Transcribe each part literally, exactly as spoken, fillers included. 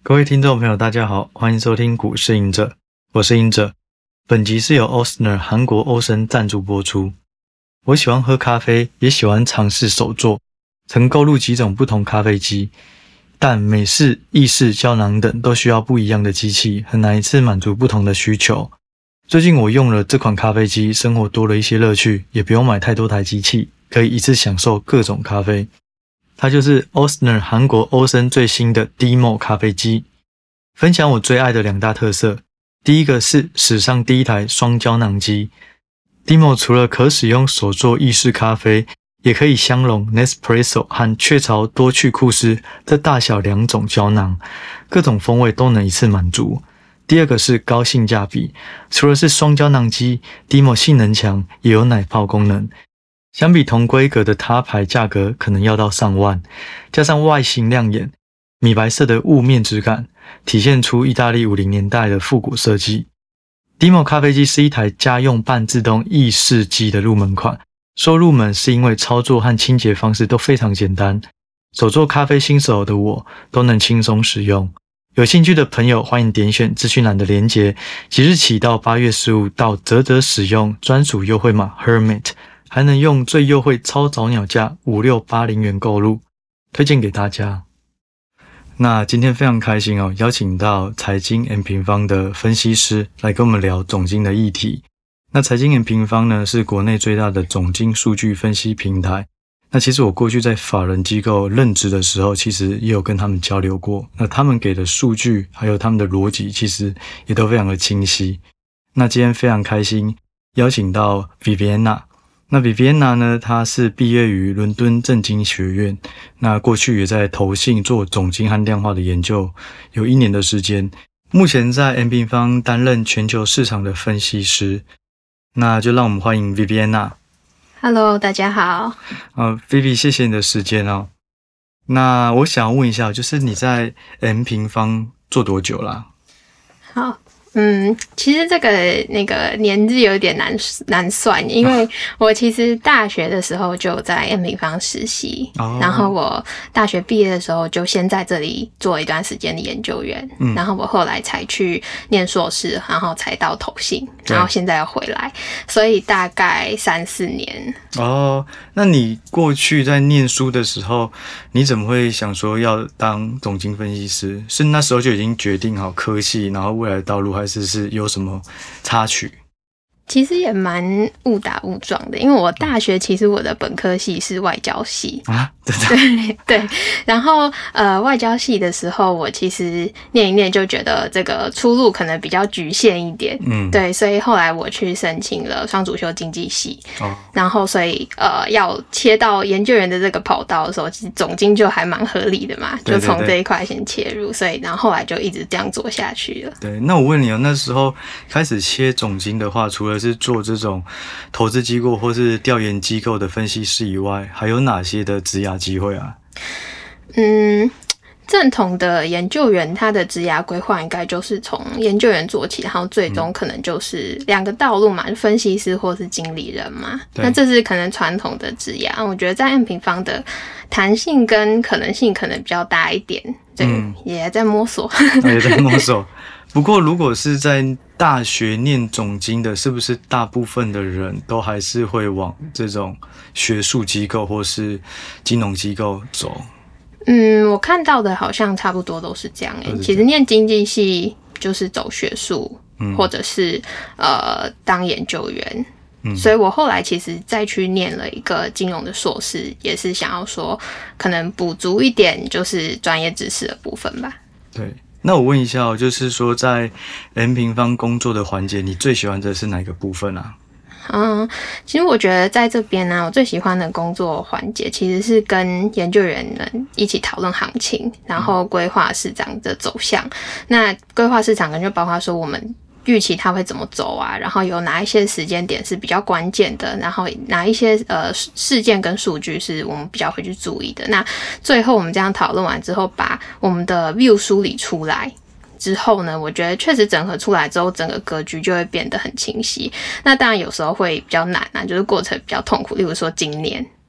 各位听众朋友大家好，欢迎收听股市赢者，我是赢者。本集是由 Ostner 韩国欧森赞助播出。我喜欢喝咖啡，也喜欢尝试手作，曾购入几种不同咖啡机，但美式、意式、胶囊等都需要不一样的机器，很难一次满足不同的需求。最近我用了这款咖啡机，生活多了一些乐趣，也不用买太多台机器，可以一次享受各种咖啡。它就是 Ostner 韩国欧森最新的 Demo 咖啡机。分享我最爱的两大特色，第一个是史上第一台双胶囊机。Demo 除了可使用手做意式咖啡，也可以相容 Nespresso 和雀巢多趣酷斯这大小两种胶囊，各种风味都能一次满足。第二个是高性价比，除了是双胶囊机 Demo 性能强，也有奶泡功能。相比同规格的他牌价格可能要到上万，加上外形亮眼，米白色的雾面质感，体现出意大利五零年代的复古设计。Demo 咖啡机是一台家用半自动意式机的入门款，说入门是因为操作和清洁方式都非常简单，手做咖啡新手的我都能轻松使用。有兴趣的朋友欢迎点选资讯栏的连结，即日起到八月十五到嘖嘖使用专属优惠码 Hermit， 还能用最优惠超早鸟价五六八零元购入，推荐给大家。那今天非常开心哦，邀请到财经 M 平方的分析师来跟我们聊总经的议题。那财经 M 平方呢，是国内最大的总经数据分析平台。那其实我过去在法人机构任职的时候，其实也有跟他们交流过。那他们给的数据还有他们的逻辑，其实也都非常的清晰。那今天非常开心邀请到 Viviana。那 Viviana 呢，她是毕业于伦敦政经学院，那过去也在投信做总经和量化的研究，有一年的时间。目前在 M 平方担任全球市场的分析师。那就让我们欢迎 Viviana。Hello， 大家好。 呃 Vivi， 谢谢你的时间哦。那我想要问一下，就是你在 M 平方做多久啦？ 好。嗯，其实这个那个年纪有点难难算，因为我其实大学的时候就在 M 平方实习，哦，然后我大学毕业的时候就先在这里做一段时间的研究员，嗯，然后我后来才去念硕士，然后才到投信，然后现在要回来，所以大概三四年。 哦，那你过去在念书的时候，你怎么会想说要当总经分析师？是那时候就已经决定好科系，然后未来的道路，还是是有什么插曲？ 其实也蛮误打误撞的，因为我大学其实我的本科系是外交系啊，对对对，然后呃外交系的时候，我其实念一念就觉得这个出路可能比较局限一点，嗯，对，所以后来我去申请了双主修经济系，哦，然后所以呃要切到研究员的这个跑道的时候，其实总经就还蛮合理的嘛，就从这一块先切入，所以然后后来就一直这样做下去了。 对，那我问你哦，那时候开始切总经的话，除了是做这种投资机构或是调研机构的分析师以外，还有哪些的职涯机会啊？ 嗯，正统的研究员他的职涯规划应该就是从研究员做起，然后最终可能就是两个道路嘛，分析师或是经理人嘛。那这是可能传统的职涯，我觉得在 M 平方的弹性跟可能性可能比较大一点，对，嗯，也在摸索， 也在摸索。不过如果是在大学念总经的，是不是大部分的人都还是会往这种学术机构或是金融机构走？ 嗯，我看到的好像差不多都是这样诶。其实念经济系就是走学术，嗯，或者是呃当研究员。嗯，所以我后来其实再去念了一个金融的硕士，也是想要说可能补足一点就是专业知识的部分吧。 对。那我问一下哦，就是说在 M 平方工作的环节，你最喜欢的是哪个部分啊？ 嗯，其实我觉得在这边呢，我最喜欢的工作环节其实是跟研究员们一起讨论行情，然后规划市场的走向。那规划市场可能就包括说我们预期它会怎么走啊，然后有哪一些时间点是比较关键的，然后哪一些呃事件跟数据是我们比较会去注意的。那最后我们这样讨论完之后，把我们的 view 梳理出来之后呢，我觉得确实整合出来之后，整个格局就会变得很清晰。那当然有时候会比较难啊，就是过程比较痛苦。例如说今年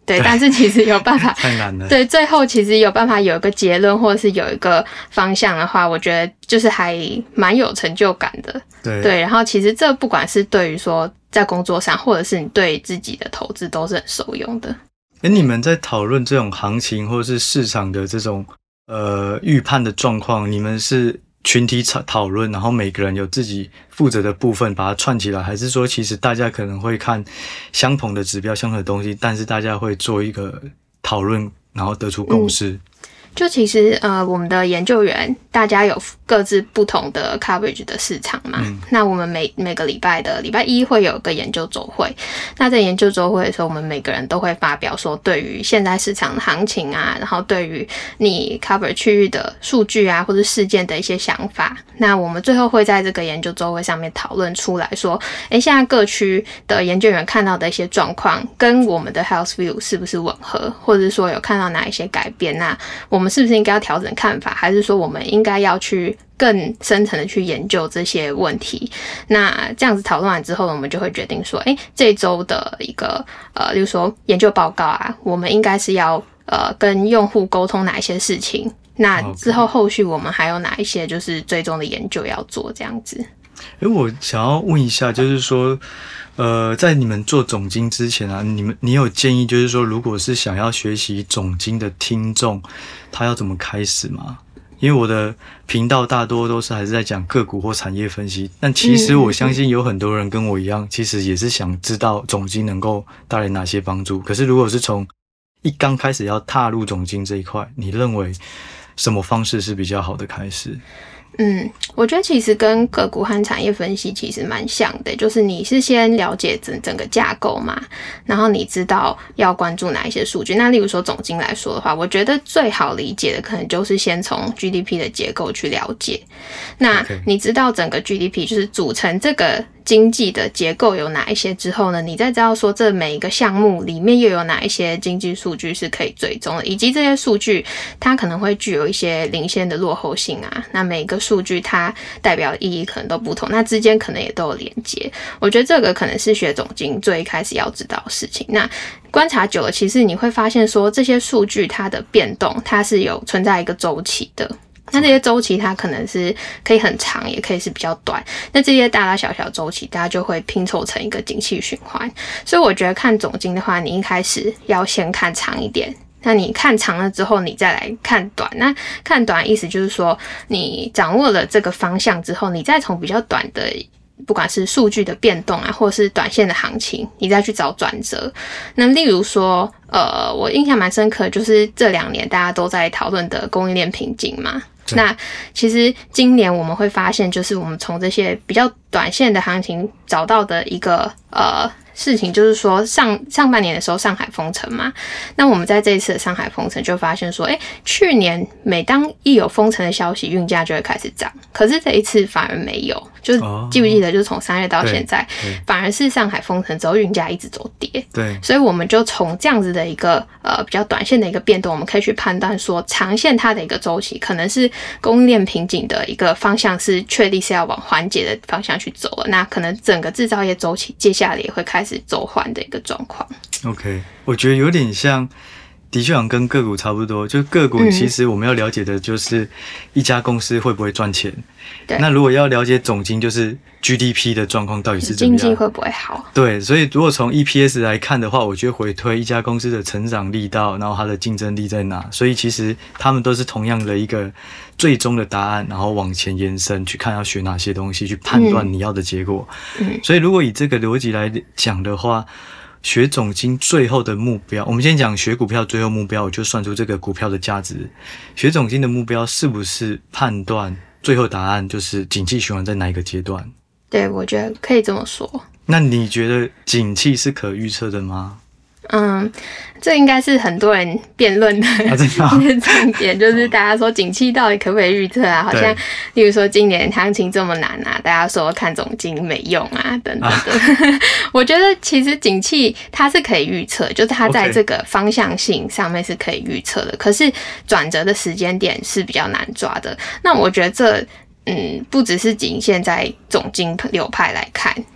对，但是其实有办法太难了。 对，最后其实有办法有一个结论，或者是有一个方向的话，我觉得就是还蛮有成就感的。 对对，然后其实这不管是对于说在工作上，或者是你对自己的投资，都是很受用的。 哎，你们在讨论这种行情或者是市场的这种呃预判的状况，你们是群体讨讨论，然后每个人有自己负责的部分把它串起来，还是说其实大家可能会看相同的指标、相同的东西，但是大家会做一个讨论，然后得出共识？嗯， 就其实呃，我们的研究员大家有各自不同的 coverage 的市场嘛。嗯、那我们每每个礼拜的礼拜一会有个研究周会。那在研究周会的时候，我们每个人都会发表说对于现在市场的行情啊，然后对于你 cover 区域的数据啊，或者事件的一些想法。那我们最后会在这个研究周会上面讨论出来说，诶，现在各区的研究员看到的一些状况，跟我们的 Health View 是不是吻合，或者是说有看到哪一些改变？那我们是不是应该要调整看法，还是说我们应该要去更深层的去研究这些问题？那这样子讨论完之后，我们就会决定说，诶，这一周的一个呃，例如说研究报告啊，我们应该是要呃跟用户沟通哪一些事情？那之后后续我们还有哪一些就是追踪的研究要做？这样子。 诶，我想要问一下，就是说，呃，在你们做总经之前啊，你们你有建议，就是说，如果是想要学习总经的听众，他要怎么开始吗？因为我的频道大多都是还是在讲个股或产业分析，但其实我相信有很多人跟我一样，其实也是想知道总经能够带来哪些帮助。可是如果是从一刚开始要踏入总经这一块，你认为什么方式是比较好的开始？ 嗯，我觉得其实跟个股和产业分析其实蛮像的，就是你是先了解整整个架构嘛，然后你知道要关注哪一些数据。那例如说总经来说的话，我觉得最好理解的可能就是先从 G D P 的结构去了解。那你知道整个 G D P 就是组成这个经济的结构有哪一些之后呢，你再知道说这每一个项目里面又有哪一些经济数据是可以追踪的，以及这些数据它可能会具有一些领先的落后性啊，那每一个数据它代表的意义可能都不同，那之间可能也都有连接。我觉得这个可能是学总经最一开始要知道的事情。那观察久了，其实你会发现说这些数据它的变动它是有存在一个周期的，那这些周期它可能是可以很长，也可以是比较短。那这些大大小小周期，大家就会拼凑成一个景气循环。所以我觉得看总经的话，你一开始要先看长一点。那你看长了之后，你再来看短。那看短意思就是说，你掌握了这个方向之后，你再从比较短的，不管是数据的变动啊，或是短线的行情，你再去找转折。那例如说，呃，我印象蛮深刻的就是这两年大家都在讨论的供应链瓶颈嘛。那其实今年我们会发现，就是我们从这些比较短线的行情找到的一个呃事情，就是说上上半年的时候上海封城嘛，那我们在这一次的上海封城就发现说，诶，去年每当一有封城的消息，运价就会开始涨，可是这一次反而没有。就是记不记得，就是从三月到现在，反而是上海封城之后，运价一直走跌。 对， 所以我们就从这样子的一个呃比较短线的一个变动，我们可以去判断说，长线它的一个周期可能是供应链瓶颈的一个方向是确立是要往缓解的方向去走了。那可能整个制造业周期接下来也会开始走缓的一个状况。 OK， 我觉得有点像。的确好像跟个股差不多，就个股其实我们要了解的就是一家公司会不会赚钱。 对。 那如果要了解总经，就是 G D P 的状况到底是怎么样， 经济会不会好？ 对，所以如果从 E P S 来看的话，我就回推一家公司的成长力道，然后它的竞争力在哪。所以其实他们都是同样的一个最终的答案，然后往前延伸去看要学哪些东西，去判断你要的结果。嗯。所以如果以这个逻辑来讲的话，学总经最后的目标，我们先讲学股票最后目标，我就算出这个股票的价值。学总经的目标是不是判断最后答案就是景气循环在哪一个阶段？ 对，我觉得可以这么说。 那你觉得景气是可预测的吗？ 嗯，这应该是很多人辩论的一些重点，就是大家说景气到底可不可以预测啊？好像例如说今年行情这么难啊，大家说看总经没用啊，等等的。啊、我觉得其实景气它是可以预测，就是它在这个方向性上面是可以预测的， okay. 可是转折的时间点是比较难抓的。那我觉得这。嗯，不只是仅限在总经流派来看，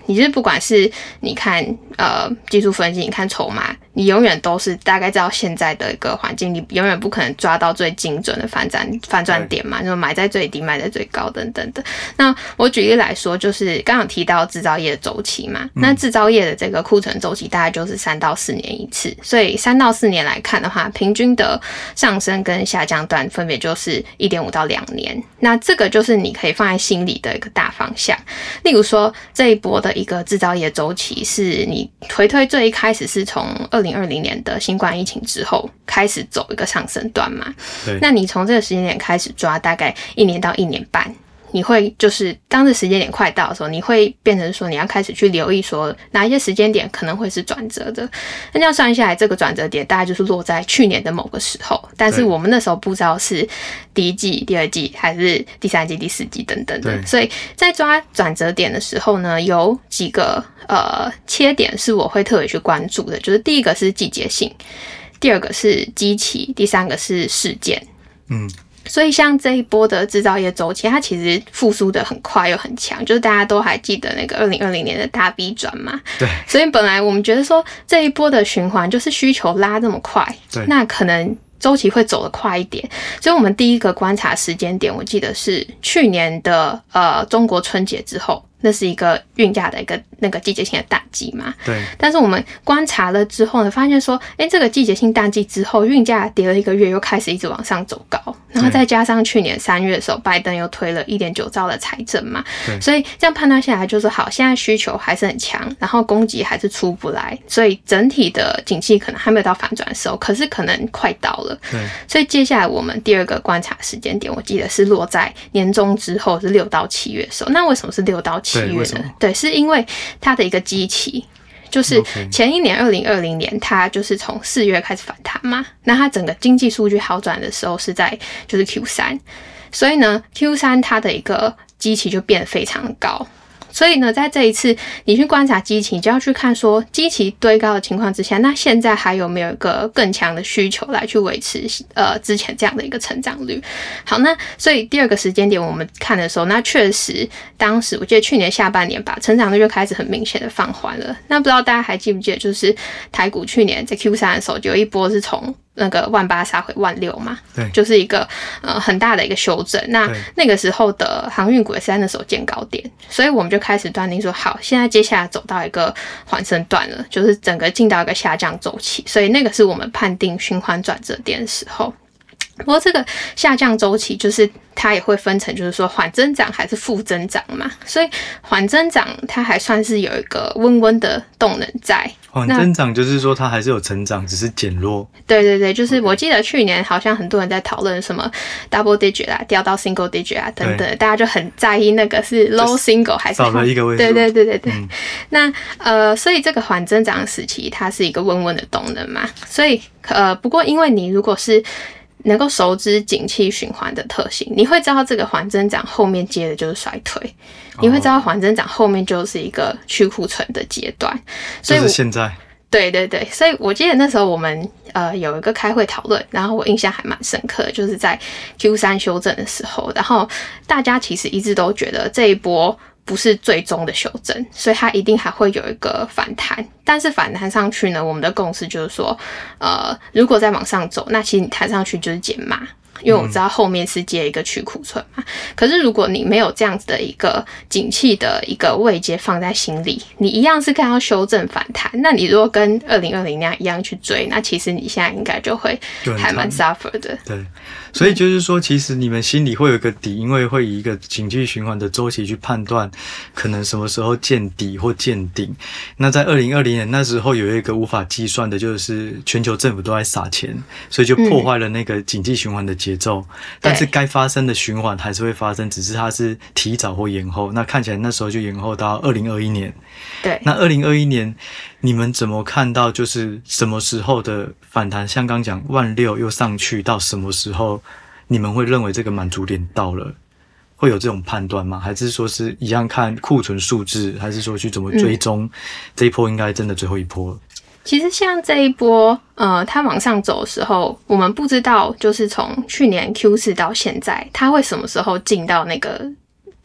你就是不管是你看呃技术分析，你看筹码，你永远都是大概知道现在的一个环境，你永远不可能抓到最精准的反转反转点嘛，就买在最低卖在最高等等的。那我举例来说，就是刚刚提到制造业的周期嘛，那制造业的这个库存周期大概就是三到四年一次，所以三到四年来看的话，平均的上升跟下降段分别就是一点五到两年。那这个就是你可以放在心里的一个大方向。例如说这一波的一个制造业周期是你回推最一开始是从二零二零年的新冠疫情之后开始走一个上升段嘛， 对， 那你从这个时间点开始抓，大概一年到一年半，你会就是当这时间点快到的时候，你会变成说你要开始去留意说哪一些时间点可能会是转折的。那这样算下来，这个转折点大概就是落在去年的某个时候，但是我们那时候不知道是第一季、第二季还是第三季、第四季等等的，所以在抓转折点的时候呢，有几个呃切点是我会特别去关注的，就是第一个是季节性，第二个是基期，第三个是事件。嗯。所以像这一波的制造业周期，它其实复苏的很快又很强，就是大家都还记得那个二零二零年的大 B 转嘛。 对。 所以本来我们觉得说这一波的循环就是需求拉这么快，对，那可能周期会走得快一点。所以我们第一个观察时间点，我记得是去年的呃中国春节之后。那是一个运价的一个那个季节性的淡季嘛， 对。 但是我们观察了之后呢，发现说，哎、欸，这个季节性淡季之后，运价跌了一个月，又开始一直往上走高，然后再加上去年三月的时候，拜登又推了 一点九兆的财政嘛，所以这样判断下来就是好，现在需求还是很强，然后供给还是出不来，所以整体的景气可能还没有到反转的时候，可是可能快到了。对。所以接下来我们第二个观察时间点，我记得是落在年中之后，是六到七月的时候。那为什么是六到七月呢？对，是因为它的一个基期，就是前一年二零二零年，它就是从四月开始反弹嘛，那它整个经济数据好转的时候是在就是 Q 三，所以呢 Q 三它的一个基期就变得非常高。所以呢，在这一次你去观察基期，你就要去看说基期堆高的情况之下，那现在还有没有一个更强的需求来去维持呃之前这样的一个成长率。好，那所以第二个时间点我们看的时候，那确实当时我记得去年下半年吧，成长率就开始很明显的放缓了。那不知道大家还记不记得，就是台股去年在 Q 三的时候，有一波是从那个万八杀回万六嘛，对，就是一个呃很大的一个修正。那那个时候的航运股也是在那时候见高点，所以我们就开始断定说，好，现在接下来走到一个缓升段了，就是整个进到一个下降周期，所以那个是我们判定循环转折点的时候。不过这个下降周期就是它也会分成，就是说缓增长还是负增长嘛，所以缓增长它还算是有一个温温的动能在。 缓增长就是说它还是有成长，只是减弱。 对对对，就是我记得去年好像很多人在讨论什么 double digit 啊，掉到 single digit 啊等等，大家就很在意那个是 low single 还是少了一个位数。 对对对对对。嗯、那呃，所以这个缓增长时期它是一个温温的动能嘛，所以呃，不过因为你如果是能够熟知景气循环的特性，你会知道这个缓增长后面接的就是衰退，你会知道缓增长后面就是一个去库存的阶段，所以就是现在。 对对对，所以我记得那时候我们呃有一个开会讨论，然后我印象还蛮深刻的，就是在 Q 三 修正的时候，然后大家其实一直都觉得这一波不是最终的修正，所以它一定还会有一个反弹。但是反弹上去呢，我们的共识就是说，呃，如果再往上走，那其实你弹上去就是减码。因为我知道后面是接一个去库存嘛，可是如果你没有这样子的一个景气的一个位阶放在心里，你一样是看到修正反弹，那你如果跟二零二零那样一样去追，那其实你现在应该就会还蛮 suffer 的。 对，所以就是说其实你们心里会有一个底，因为会以一个景气循环的周期去判断可能什么时候见底或见顶。那在二零二零年那时候有一个无法计算的，就是全球政府都在撒钱，所以就破坏了那个景气循环的节奏，但是该发生的循环还是会发生，只是它是提早或延后。那看起来那时候就延后到二零二一年。 对， 那二零二一年你们怎么看到就是什么时候的反弹？像刚讲万六又上去到什么时候，你们会认为这个满足点到了？会有这种判断吗？还是说是一样看库存数字，还是说去怎么追踪、嗯、这一波应该真的最后一波了？ 其实像这一波，呃，它往上走的时候，我们不知道，就是从去年 Q 四 到现在，它会什么时候进到那个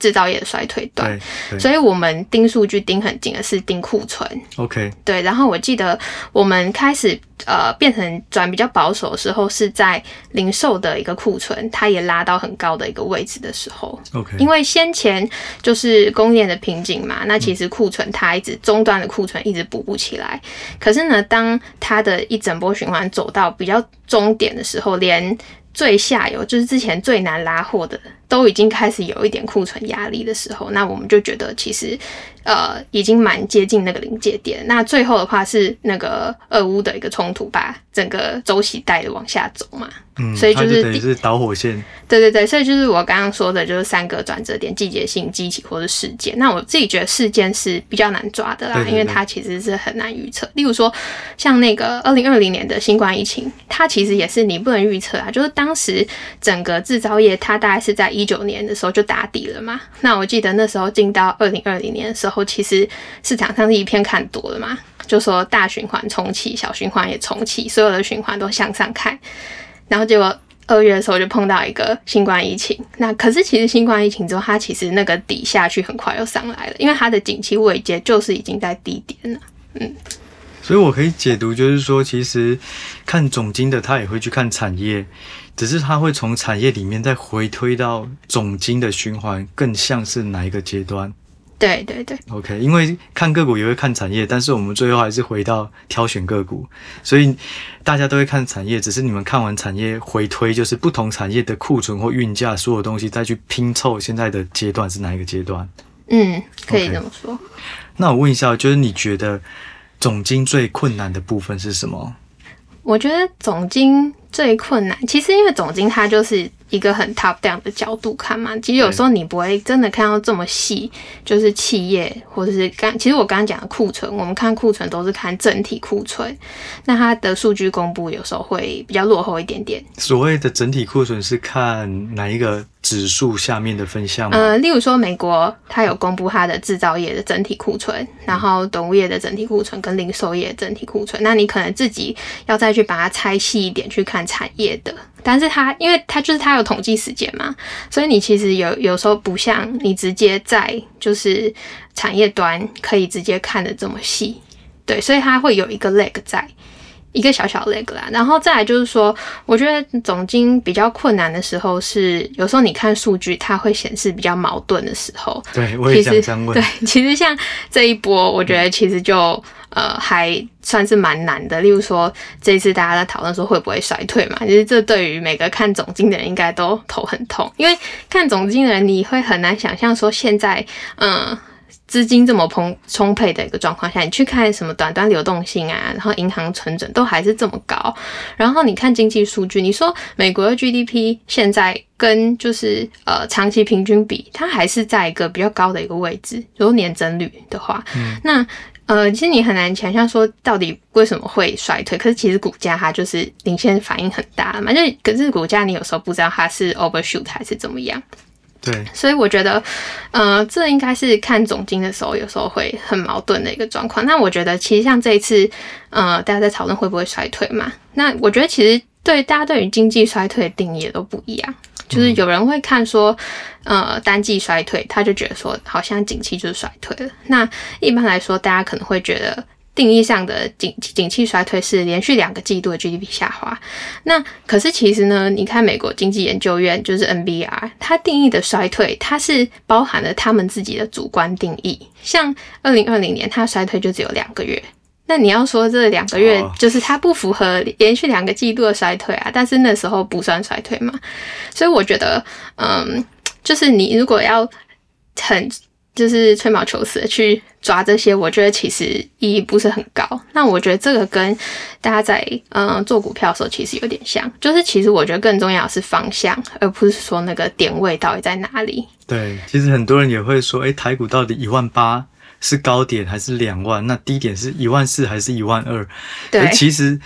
制造业的衰退段， 对， 所以我们盯数据盯很紧的是盯库存。 OK， 对，然后我记得我们开始呃变成转比较保守的时候，是在零售的一个库存，它也拉到很高的一个位置的时候。 OK， 因为先前就是供应链的瓶颈嘛，那其实库存它一直终端的库存一直补不起来。可是呢，当它的一整波循环走到比较终点的时候，连最下游就是之前最难拉货的都已经开始有一点库存压力的时候，那我们就觉得其实呃已经蛮接近那个临界点。那最后的话是那个俄乌的一个冲突把整个周期带的往下走嘛， 嗯， 所以就是它就等于是导火线。 对对对，所以就是我刚刚说的，就是三个转折点：季节性、机器或是事件。那我自己觉得事件是比较难抓的啦， 对对对， 因为它其实是很难预测。例如说，像那个二零二零年的新冠疫情，它其实也是你不能预测啊。就是当时整个制造业，它大概是在一九年的时候就打底了嘛。那我记得那时候进到二零二零年的时候，其实市场上是一片看多了嘛，就说大循环重启，小循环也重启，所有的循环都向上看。然后结果二月的时候就碰到一个新冠疫情，那可是其实新冠疫情之后，它其实那个底下去很快又上来了，因为它的景气位阶就是已经在低点了。嗯， 所以我可以解读就是说，其实看总经的他也会去看产业，只是他会从产业里面再回推到总经的循环，更像是哪一个阶段。 对对对 OK， 因为看个股也会看产业，但是我们最后还是回到挑选个股，所以大家都会看产业，只是你们看完产业回推，就是不同产业的库存或运价所有东西再去拼凑现在的阶段是哪一个阶段。 嗯，可以这么说。Okay. 那我问一下，就是你觉得总经最困难的部分是什么？ 我觉得总经最困难，其实因为总经它就是一个很 top down 的角度看嘛，其实有时候你不会真的看到这么细，就是企业或者是刚，其实我刚刚讲的库存，我们看库存都是看整体库存，那它的数据公布有时候会比较落后一点点。 所谓的整体库存是看哪一个指数下面的分项吗？ 呃，例如说美国它有公布它的制造业的整体库存，然后动物业的整体库存跟零售业的整体库存，那你可能自己要再去把它拆细一点去看产业的。但是它因为它就是它有统计时间嘛，所以你其实有有时候不像你直接在就是产业端可以直接看得这么细，对，所以它会有一个 lag 在。一个小小 lag 啦，然后再来就是说，我觉得总经比较困难的时候是，有时候你看数据，它会显示比较矛盾的时候。 对，我也想这样问。 对，其实像这一波，我觉得其实就呃还算是蛮难的。例如说，这一次大家在讨论说会不会衰退嘛，其实这对于每个看总经的人应该都头很痛，因为看总经的人你会很难想象说现在嗯。资金这么充充沛的一个状况下，你去看什么短端流动性啊，然后银行存准都还是这么高，然后你看经济数据，你说美国的 G D P 现在跟就是呃长期平均比，它还是在一个比较高的一个位置，如果年增率的话，嗯、那呃其实你很难想象说到底为什么会衰退，可是其实股价它就是领先反应很大嘛，就可是股价你有时候不知道它是 overshoot 还是怎么样。 对， 所以我觉得，呃，这应该是看总经的时候，有时候会很矛盾的一个状况。那我觉得，其实像这一次，呃，大家在讨论会不会衰退嘛？那我觉得，其实对大家对于经济衰退的定义也都不一样。就是有人会看说，呃，单季衰退，他就觉得说，好像景气就是衰退了。那一般来说，大家可能会觉得，定义上的景景气衰退是连续两个季度的 G D P 下滑。那可是其实呢，你看美国经济研究院就是 N B R， 它定义的衰退，它是包含了他们自己的主观定义。像二零二零年，它衰退就只有两个月。那你要说这两个月就是它不符合连续两个季度的衰退啊，但是那时候不算衰退嘛。所以我觉得，嗯，就是你如果要很就是吹毛求疵的去抓这些，我觉得其实意义不是很高。那我觉得这个跟大家在嗯做股票的时候其实有点像，就是其实我觉得更重要的是方向，而不是说那个点位到底在哪里。 对，其实很多人也会说，诶，台股到底一万八是高点还是两万？那低点是一万四还是一万二？ 对， 其实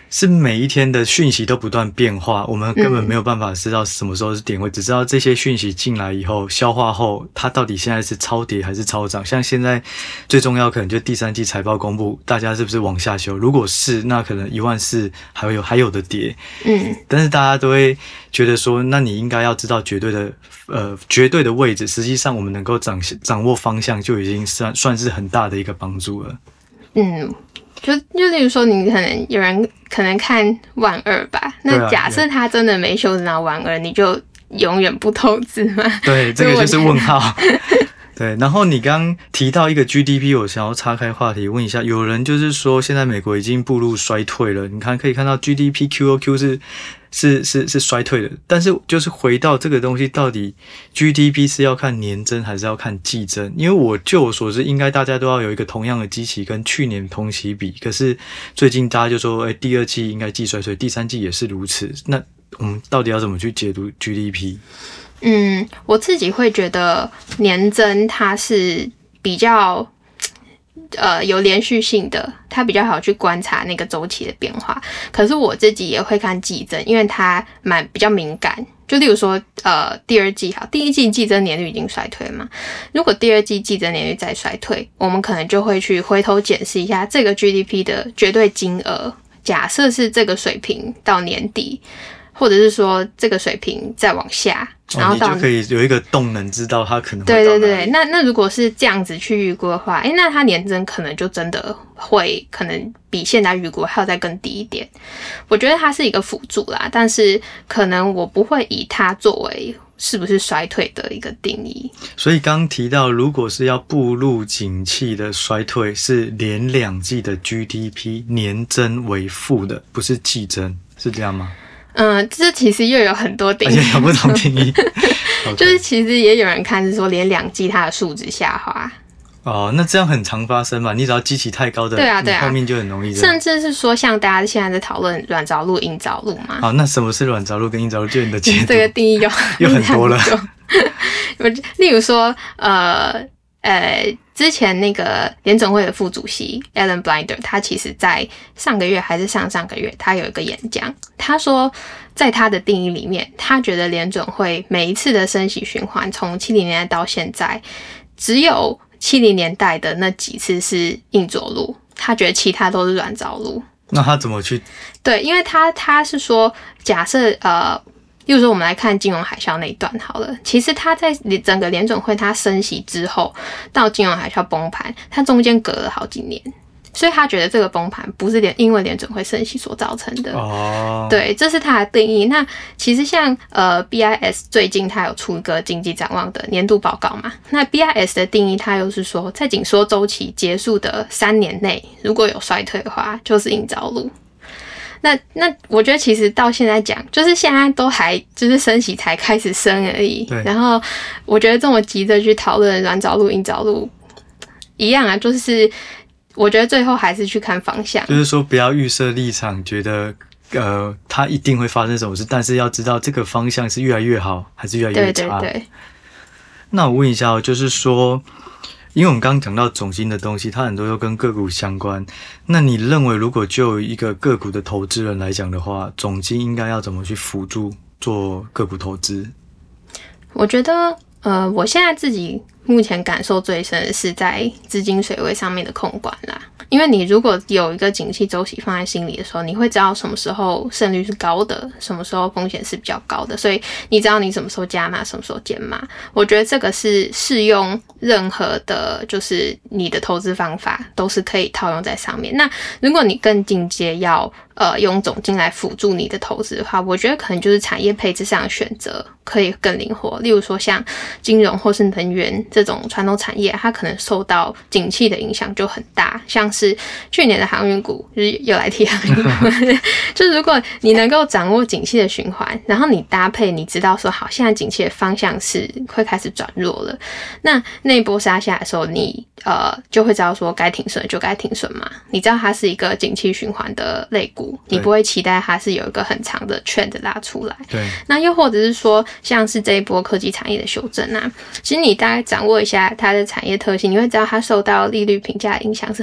是每一天的讯息都不断变化，我们根本没有办法知道什么时候是点位，嗯、只知道这些讯息进来以后，消化后，它到底现在是超跌还是超涨？像现在最重要可能就第三季财报公布，大家是不是往下修？如果是，那可能一万四还有还有的跌，嗯，但是大家都会觉得说，那你应该要知道绝对的呃绝对的位置，实际上我们能够掌掌握方向，就已经算算是很大的一个帮助了，嗯。 就就例如说，你可能有人可能看万二吧，那假设他真的没修正到万二，你就永远不投资吗？ 对，这个就是问号。对，然后你刚刚提到一个 G D P， 我想要岔开话题问一下，有人就是说现在美国已经步入衰退了，你看可以看到 G D P Q O Q 是是是是衰退的，但是就是回到这个东西，到底 G D P 是要看年增还是要看季增？因为我就我所知，应该大家都要有一个同样的基期跟去年同期比，可是最近大家就说，哎，第二季应该季衰退，第三季也是如此，那我们到底要怎么去解读 G D P？ 嗯，我自己会觉得年增它是比较呃有连续性的，它比较好去观察那个周期的变化。可是我自己也会看季增，因为它蛮比较敏感。就例如说，呃，第二季好，第一季季增年率已经衰退嘛，如果第二季季增年率再衰退，我们可能就会去回头检视一下这个 G D P 的绝对金额，假设是这个水平到年底。或者是说这个水平再往下，然后到、 哦、你就可以有一个动能知道它可能会到哪里。 对对对，那那如果是这样子去预估的话，诶，那它年增可能就真的会可能比现在预估还要再更低一点。我觉得它是一个辅助啦，但是可能我不会以它作为是不是衰退的一个定义。 所以刚提到，如果是要步入景气的衰退，是连两季的 G D P 年增为负的，不是季增，是这样吗？ 嗯，这其实又有很多定义， 而且有不同定义。 就是其实也有人看是说，连两季它的数值下滑。 哦，那这样很常发生嘛？你只要基期太高的， 对啊对啊， 你后面就很容易这样。甚至是说，像大家现在在讨论软着陆、硬着陆嘛。 好，那什么是软着陆跟硬着陆？就你的解读， 这个定义有有很多了。 例如说，呃。呃，之前那个联准会的副主席 Alan Blinder， 他其实在上个月还是上上个月，他有一个演讲，他说，在他的定义里面，他觉得联准会每一次的升息循环，从七零年代到现在，只有七零年代的那几次是硬着陆，他觉得其他都是软着陆。 那他怎么去？ 对，因为他他是说，假设呃。例如说，我们来看金融海啸那一段好了。其实它在整个联准会它升息之后，到金融海啸崩盘，它中间隔了好几年，所以他觉得这个崩盘不是因为联准会升息所造成的。哦，对，这是他的定义。那其实像呃 B I S 最近它有出一个经济展望的年度报告嘛？那 B I S 的定义，它又是说，在紧缩周期结束的三年内，如果有衰退的话，就是硬着陆。那那我觉得其实到现在讲，就是现在都还就是升息才开始升而已。然后我觉得这么急着去讨论软着陆、硬着陆一样啊，就是我觉得最后还是去看方向。 就是说不要预设立场，觉得呃它一定会发生什么事，但是要知道这个方向是越来越好还是越来越差。 对对对。 那我问一下，就是说。因为我们刚刚讲到总经的东西，它很多又跟个股相关。那你认为，如果就一个个股的投资人来讲的话，总经应该要怎么去辅助做个股投资？ 我觉得，呃，我现在自己目前感受最深的是在资金水位上面的控管啦。因为你如果有一个景气周期放在心里的时候，你会知道什么时候胜率是高的，什么时候风险是比较高的，所以你知道你什么时候加码，什么时候减码。我觉得这个是适用任何的，就是你的投资方法都是可以套用在上面。那如果你更进阶要呃用总经来辅助你的投资的话，我觉得可能就是产业配置上的选择可以更灵活。例如说像金融或是能源这种传统产业，它可能受到景气的影响就很大，像是去年的航运股，就是又来提航运股，就如果你能够掌握景气的循环，然后你搭配你知道说好，现在景气的方向是会开始转弱了，那那一波杀下来的时候，你呃就会知道说该停损就该停损嘛。你知道它是一个景气循环的类股，你不会期待它是有一个很长的 trend 拉出来。 对。 那又或者是说，像是这一波科技产业的修正啊，其实你大概掌握一下它的产业特性，你会知道它受到利率评价的影响是很大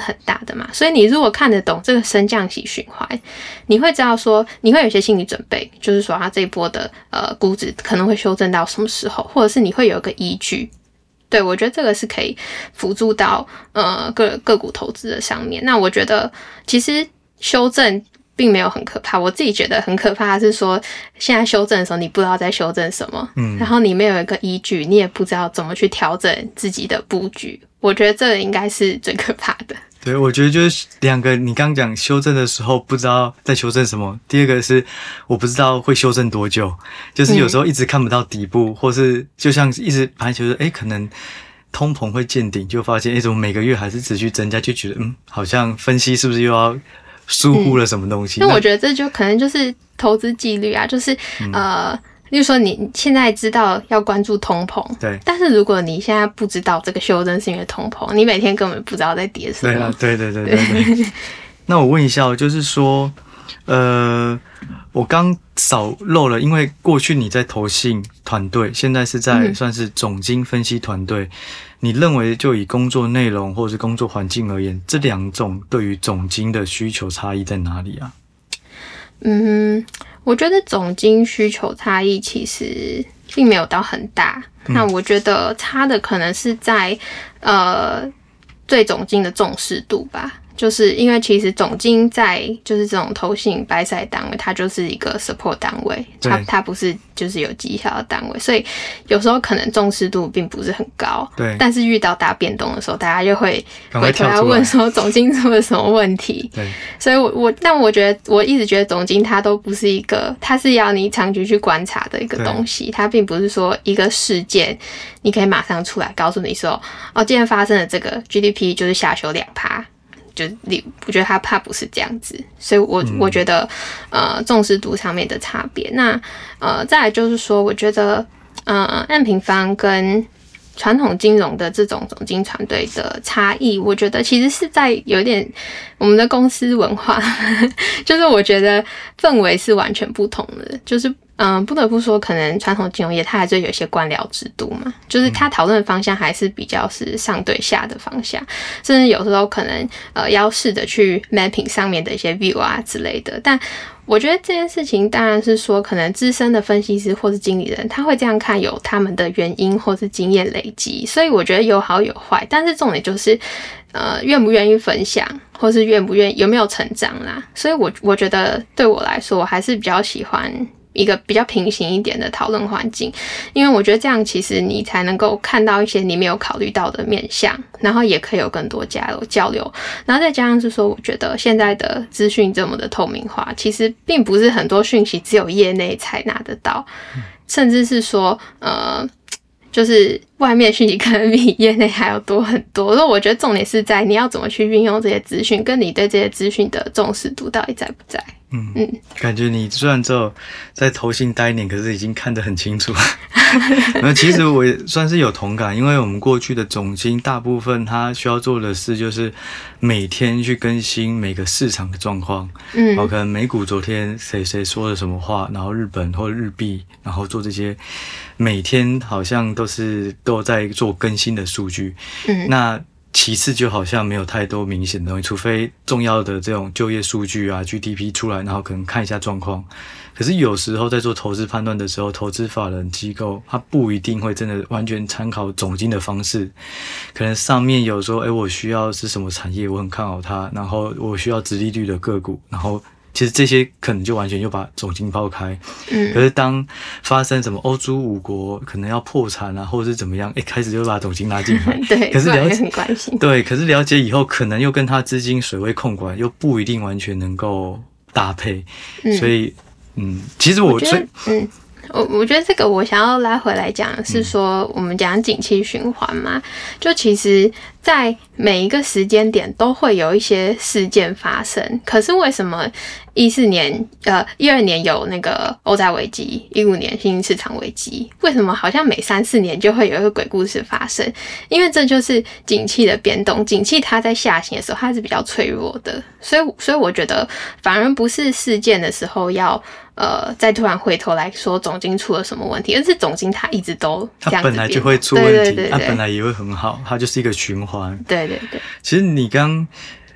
的嘛，所以你如果看得懂这个升降息循环，你会知道说，你会有些心理准备，就是说它这一波的呃估值可能会修正到什么时候，或者是你会有一个依据。对，我觉得这个是可以辅助到呃个个股投资的上面。那我觉得其实修正并没有很可怕，我自己觉得很可怕的是说，现在修正的时候你不知道在修正什么，嗯，然后你没有一个依据，你也不知道怎么去调整自己的布局。我觉得这应该是最可怕的。 对，我觉得就是两个，你刚讲修正的时候不知道在修正什么，第二个是我不知道会修正多久，就是有时候一直看不到底部，嗯、或是就像一直盘球说，哎，可能通膨会见顶，就发现哎，怎么每个月还是持续增加，就觉得嗯，好像分析是不是又要疏忽了什么东西？ 那、嗯、我觉得这就可能就是投资纪律啊，就是、嗯、呃。例如说你现在知道要关注通膨， 对， 但是如果你现在不知道这个修正是因为通膨，你每天根本不知道在跌什么。 对啊，对对对对对。对那我问一下，就是说，呃，我刚少漏了，因为过去你在投信团队，现在是在算是总经分析团队，嗯、你认为就以工作内容或者是工作环境而言，这两种对于总经的需求差异在哪里啊？ 嗯。我觉得总经需求差异其实并没有到很大，嗯、那我觉得差的可能是在呃对总经的重视度吧。就是因为其实总经在就是这种投信白赛单位，它就是一个 support 单位，它它不是就是有绩效的单位，所以有时候可能重视度并不是很高。 对， 但是遇到大变动的时候，大家就会回头来问说总经出了什么问题。 对， 所以我我但我觉得我一直觉得总经它都不是一个，它是要你长期去观察的一个东西，它并不是说一个事件你可以马上出来告诉你说，哦，今天发生了这个 G D P 就是下修两趴。就我觉得他怕不是这样子，所以我、嗯、我觉得呃重视度上面的差别。那呃再来就是说，我觉得呃岸平方跟传统金融的这种总经团队的差异，我觉得其实是在有点我们的公司文化，就是我觉得氛围是完全不同的，就是。嗯，不得不说，可能传统金融业它还是有一些官僚制度嘛，就是它讨论的方向还是比较是上对下的方向，甚至有时候可能呃要试着去 mapping 上面的一些 view 啊之类的。但我觉得这件事情当然是说，可能资深的分析师或是经理人他会这样看，有他们的原因或是经验累积，所以我觉得有好有坏，但是重点就是呃愿不愿意分享，或是愿不愿意有没有成长啦。所以我我觉得对我来说，我还是比较喜欢一个比较平行一点的讨论环境，因为我觉得这样其实你才能够看到一些你没有考虑到的面向，然后也可以有更多交流交流，然后再加上是说，我觉得现在的资讯这么的透明化，其实并不是很多讯息只有业内才拿得到，嗯、甚至是说呃。就是外面讯息可能比业内还要多很多，所以我觉得重点是在你要怎么去运用这些资讯，跟你对这些资讯的重视度到底在不在。嗯嗯， 感觉你虽然只有在投信待一年，可是已经看得很清楚。那其实我也算是有同感，因为我们过去的总经大部分他需要做的事就是每天去更新每个市场的状况，嗯，然后可能美股昨天谁谁说了什么话，然后日本或日币，然后做这些每天好像都是都在做更新的数据，嗯，那其次就好像没有太多明显的东西，除非重要的这种就业数据啊 G D P 出来，然后可能看一下状况。可是有时候在做投资判断的时候，投资法人机构它不一定会真的完全参考总经的方式，可能上面有说，诶，我需要是什么产业，我很看好它，然后我需要殖利率的个股，然后其实这些可能就完全就把总经抛开。嗯，可是当发生什么欧洲五国可能要破产啊，或者是怎么样，诶，开始就把总经拉进来。 对， 可是了解很关心。 对，可是了解以后，可能又跟他资金水位控管又不一定完全能够搭配，嗯、所以。嗯，其实我我觉得，嗯，我我觉得这个我想要拉回来讲是说，我们讲景气循环嘛，就其实在每一个时间点都会有一些事件发生，可是为什么一四年呃一二年有那个欧债危机，一五年新兴市场危机，为什么好像每三四年就会有一个鬼故事发生？因为这就是景气的变动，景气它在下行的时候它是比较脆弱的，所以所以我觉得反而不是事件的时候要呃再突然回头来说总经出了什么问题，而是总经它一直都这样子变，它本来就会出问题， 对对对对， 它本来也会很好，它就是一个循环。 对对对， 其实你刚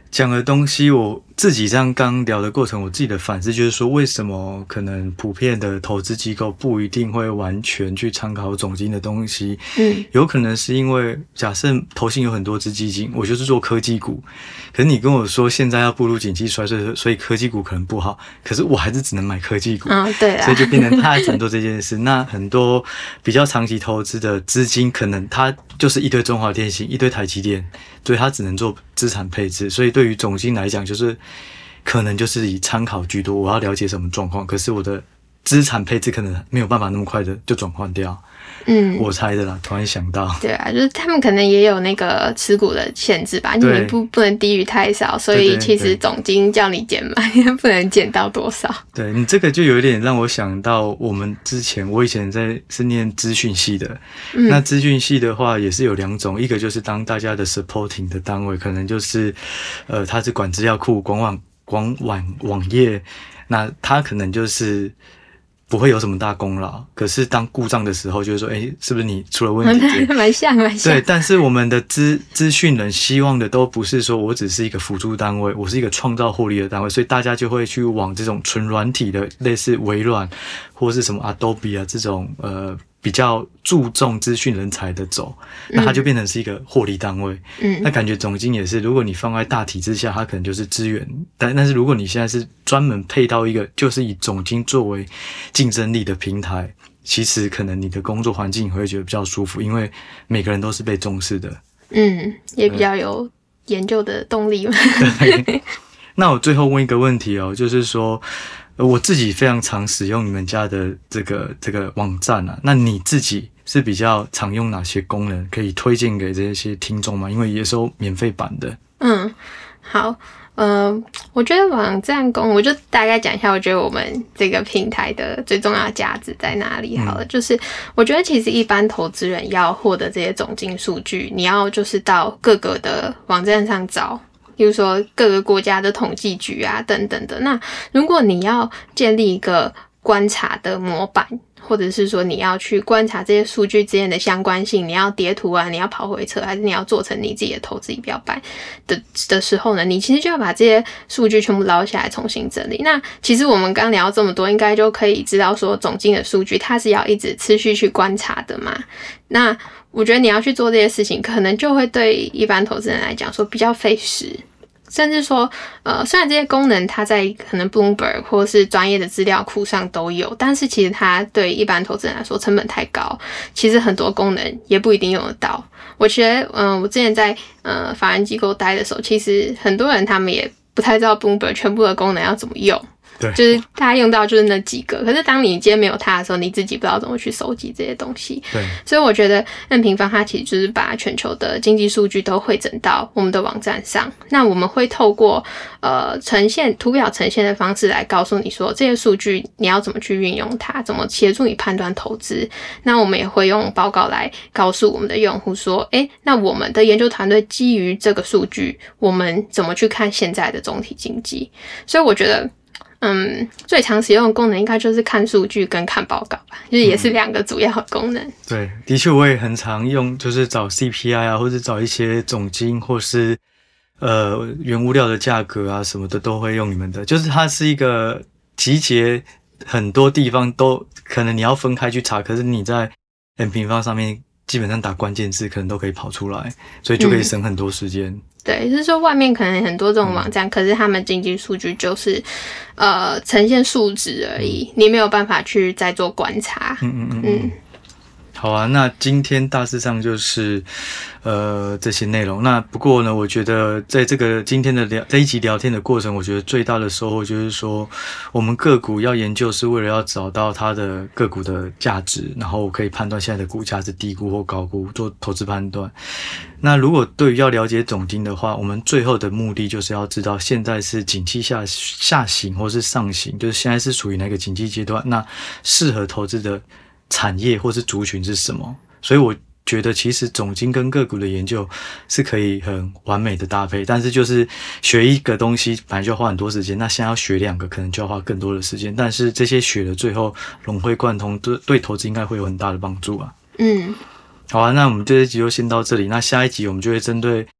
讲的东西，我自己这样刚聊的过程，我自己的反思就是说，为什么可能普遍的投资机构不一定会完全去参考总经的东西？嗯，有可能是因为假设投信有很多只基金，我就是做科技股，可是你跟我说现在要步入景气衰退，所以科技股可能不好，可是我还是只能买科技股， 嗯，对啊， 所以就变成他还只能做这件事。那很多比较长期投资的资金，可能他就是一堆中华电信，一堆台积电，所以他只能做资产配置，所以对于总经来讲，就是可能就是以参考居多。我要了解什么状况，可是我的资产配置可能没有办法那么快的就转换掉。嗯，我猜的啦，突然想到。 对啊，就是他们可能也有那个持股的限制吧，你不不能低于太少，所以其实总经叫你减买，不能减到多少。 对，你这个就有点让我想到我们之前，我以前在是念资讯系的，嗯、那资讯系的话也是有两种，一个就是当大家的 supporting 的单位，可能就是呃，它是管资料库、管网、管网网页，那它可能就是不会有什么大功劳，可是当故障的时候，就是说，哎，是不是你出了问题？ 蛮像，蛮像。 对，但是我们的资资讯人希望的都不是说我只是一个辅助单位，我是一个创造获利的单位，所以大家就会去往这种纯软体的，类似微软或是什么 Adobe 啊这种呃比较注重资讯人才的走，那它就变成是一个获利单位。嗯，那感觉总经也是，如果你放在大体之下，它可能就是资源，但但是如果你现在是专门配到一个，就是以总经作为竞争力的平台，其实可能你的工作环境会觉得比较舒服，因为每个人都是被重视的。 嗯，也比较有研究的动力嘛。 对。那我最后问一个问题哦，就是说，我自己非常常使用你们家的这个这个网站啊，那你自己是比较常用哪些功能，可以推荐给这些听众吗？因为也收免费版的。 嗯，好。呃，我觉得网站功，我就大概讲一下，我觉得我们这个平台的最重要的价值在哪里好了。嗯、就是我觉得其实一般投资人要获得这些总经数据，你要就是到各个的网站上找。比如说各个国家的统计局啊等等的，那如果你要建立一个观察的模板，或者是说你要去观察这些数据之间的相关性，你要叠图啊，你要跑回测，还是你要做成你自己的投资仪表板的的时候呢，你其实就要把这些数据全部捞下来重新整理。那其实我们刚聊这么多，应该就可以知道说总经的数据它是要一直持续去观察的嘛。那我觉得你要去做这些事情，可能就会对一般投资人来讲说比较费时。甚至说，呃，虽然这些功能它在可能 Bloomberg 或是专业的资料库上都有，但是其实它对一般投资人来说成本太高，其实很多功能也不一定用得到。我觉得，嗯、呃，我之前在呃法人机构待的时候，其实很多人他们也不太知道 Bloomberg 全部的功能要怎么用。 对， 就是大家用到就是那几个，可是当你今天没有它的时候，你自己不知道怎么去收集这些东西。 对， 所以我觉得任平方它其实就是把全球的经济数据都汇整到我们的网站上。那我们会透过呃呈现图表呈现的方式来告诉你说这些数据你要怎么去运用它，怎么协助你判断投资。那我们也会用报告来告诉我们的用户说，诶，那我们的研究团队基于这个数据，我们怎么去看现在的总体经济。所以我觉得。嗯，最常使用的功能应该就是看数据跟看报告吧，就是也是两个主要的功能。嗯、 对，的确我也很常用，就是找 C P I 啊，或者找一些总经，或是呃原物料的价格啊什么的，都会用你们的。就是它是一个集结很多地方都可能你要分开去查，可是你在 M 平方上面基本上打关键字可能都可以跑出来，所以就可以省很多时间。嗯对，就是说外面可能很多这种网站，嗯、可是他们经济数据就是呃呈现数值而已，嗯、你没有办法去再做观察。嗯嗯嗯嗯。 好啊，那今天大致上就是呃这些内容。那不过呢，我觉得在这个今天的聊这一集聊天的过程，我觉得最大的收获就是说，我们个股要研究是为了要找到它的个股的价值，然后可以判断现在的股价是低估或高估，做投资判断。那如果对于要了解总经的话，我们最后的目的就是要知道现在是景气下下行或是上行，就是现在是属于哪个景气阶段，那适合投资的产业或是族群是什么。所以我觉得其实总经跟个股的研究是可以很完美的搭配，但是就是学一个东西本来就要花很多时间，那现在要学两个可能就要花更多的时间，但是这些学的最后融会贯通，对对投资应该会有很大的帮助啊。嗯，好啊，那我们这一集就先到这里，那下一集我们就会针对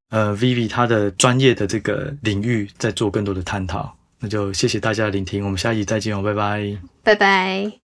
呃 Vivi 她的专业的这个领域再做更多的探讨。那就谢谢大家的聆听，我们下一集再见哦，拜拜， 拜拜。